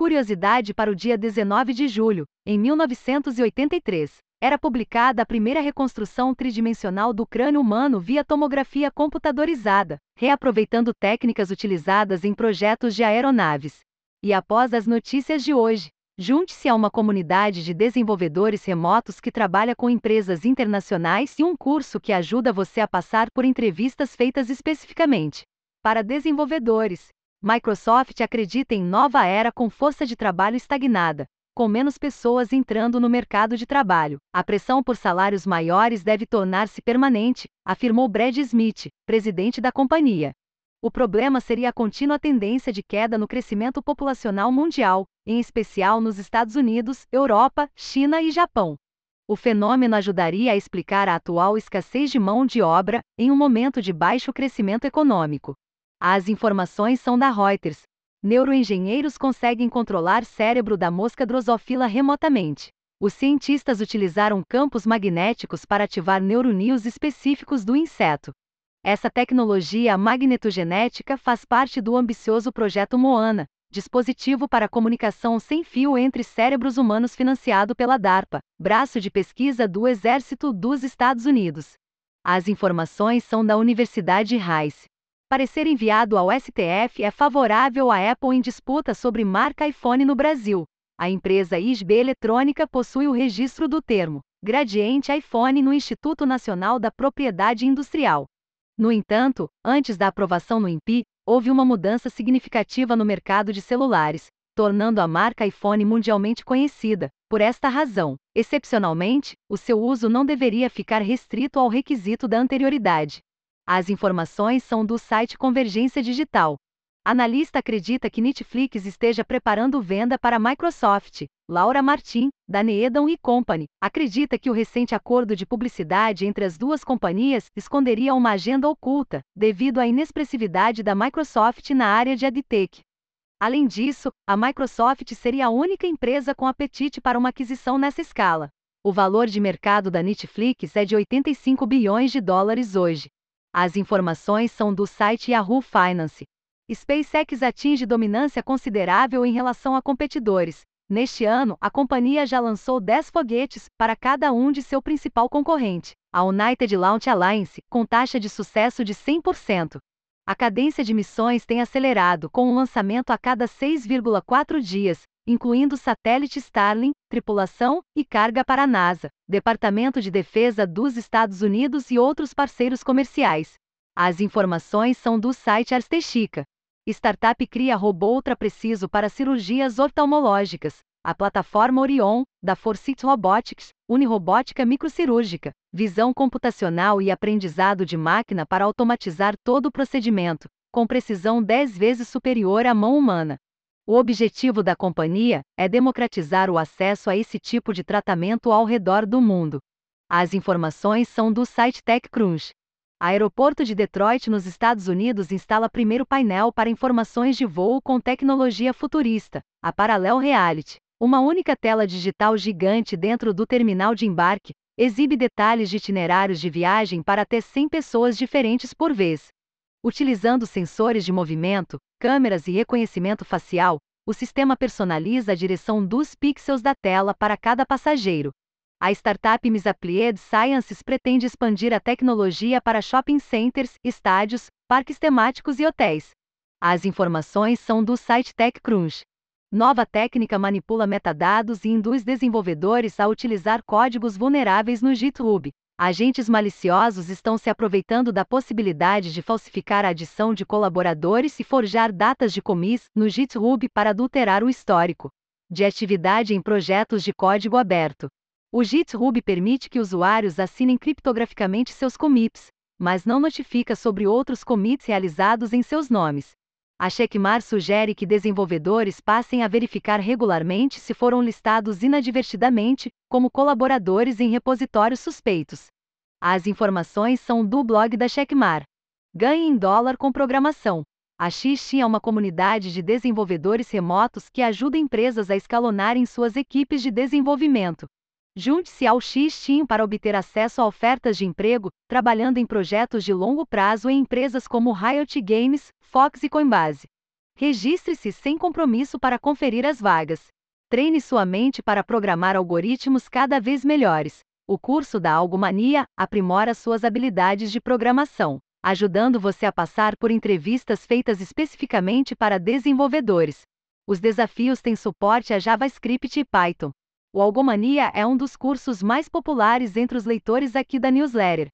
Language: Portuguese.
Curiosidade para o dia 19 de julho, em 1983, era publicada a primeira reconstrução tridimensional do crânio humano via tomografia computadorizada, reaproveitando técnicas utilizadas em projetos de aeronaves. E após as notícias de hoje, junte-se a uma comunidade de desenvolvedores remotos que trabalha com empresas internacionais e um curso que ajuda você a passar por entrevistas feitas especificamente para desenvolvedores. Microsoft acredita em nova era com força de trabalho estagnada, com menos pessoas entrando no mercado de trabalho. A pressão por salários maiores deve tornar-se permanente, afirmou Brad Smith, presidente da companhia. O problema seria a contínua tendência de queda no crescimento populacional mundial, em especial nos Estados Unidos, Europa, China e Japão. O fenômeno ajudaria a explicar a atual escassez de mão de obra, em um momento de baixo crescimento econômico. As informações são da Reuters. Neuroengenheiros conseguem controlar cérebro da mosca Drosophila remotamente. Os cientistas utilizaram campos magnéticos para ativar neurônios específicos do inseto. Essa tecnologia magnetogenética faz parte do ambicioso projeto Moana, dispositivo para comunicação sem fio entre cérebros humanos financiado pela DARPA, braço de pesquisa do Exército dos Estados Unidos. As informações são da Universidade Rice. Parecer enviado ao STF é favorável à Apple em disputa sobre marca iPhone no Brasil. A empresa ISB Eletrônica possui o registro do termo Gradiente iPhone no Instituto Nacional da Propriedade Industrial. No entanto, antes da aprovação no INPI, houve uma mudança significativa no mercado de celulares, tornando a marca iPhone mundialmente conhecida. Por esta razão, excepcionalmente, o seu uso não deveria ficar restrito ao requisito da anterioridade. As informações são do site Convergência Digital. Analista acredita que Netflix esteja preparando venda para a Microsoft. Laura Martin, da Needham Company, acredita que o recente acordo de publicidade entre as duas companhias esconderia uma agenda oculta, devido à inexpressividade da Microsoft na área de AdTech. Além disso, a Microsoft seria a única empresa com apetite para uma aquisição nessa escala. O valor de mercado da Netflix é de 85 bilhões de dólares hoje. As informações são do site Yahoo Finance. SpaceX atinge dominância considerável em relação a competidores. Neste ano, a companhia já lançou 10 foguetes para cada um de seu principal concorrente, a United Launch Alliance, com taxa de sucesso de 100%. A cadência de missões tem acelerado com um lançamento a cada 6,4 dias, incluindo satélite Starlink, tripulação e carga para a NASA, Departamento de Defesa dos Estados Unidos e outros parceiros comerciais. As informações são do site Arstechica. Startup cria robô ultra-preciso para cirurgias oftalmológicas. A plataforma Orion, da Forsyth Robotics, une robótica microcirúrgica, visão computacional e aprendizado de máquina para automatizar todo o procedimento, com precisão 10 vezes superior à mão humana. O objetivo da companhia é democratizar o acesso a esse tipo de tratamento ao redor do mundo. As informações são do site TechCrunch. Aeroporto de Detroit, nos Estados Unidos, instala primeiro painel para informações de voo com tecnologia futurista, a Parallel Reality. Uma única tela digital gigante dentro do terminal de embarque exibe detalhes de itinerários de viagem para até 100 pessoas diferentes por vez. Utilizando sensores de movimento, câmeras e reconhecimento facial, o sistema personaliza a direção dos pixels da tela para cada passageiro. A startup Misapplied Sciences pretende expandir a tecnologia para shopping centers, estádios, parques temáticos e hotéis. As informações são do site TechCrunch. Nova técnica manipula metadados e induz desenvolvedores a utilizar códigos vulneráveis no GitHub. Agentes maliciosos estão se aproveitando da possibilidade de falsificar a adição de colaboradores e forjar datas de commits no GitHub para adulterar o histórico de atividade em projetos de código aberto. O GitHub permite que usuários assinem criptograficamente seus commits, mas não notifica sobre outros commits realizados em seus nomes. A Checkmarx sugere que desenvolvedores passem a verificar regularmente se foram listados inadvertidamente como colaboradores em repositórios suspeitos. As informações são do blog da Checkmarx. Ganhe em dólar com programação. A XT é uma comunidade de desenvolvedores remotos que ajuda empresas a escalonarem suas equipes de desenvolvimento. Junte-se ao XT para obter acesso a ofertas de emprego, trabalhando em projetos de longo prazo em empresas como Riot Games, Fox e Coinbase. Registre-se sem compromisso para conferir as vagas. Treine sua mente para programar algoritmos cada vez melhores. O curso da Algomania aprimora suas habilidades de programação, ajudando você a passar por entrevistas feitas especificamente para desenvolvedores. Os desafios têm suporte a JavaScript e Python. O Algomania é um dos cursos mais populares entre os leitores aqui da newsletter.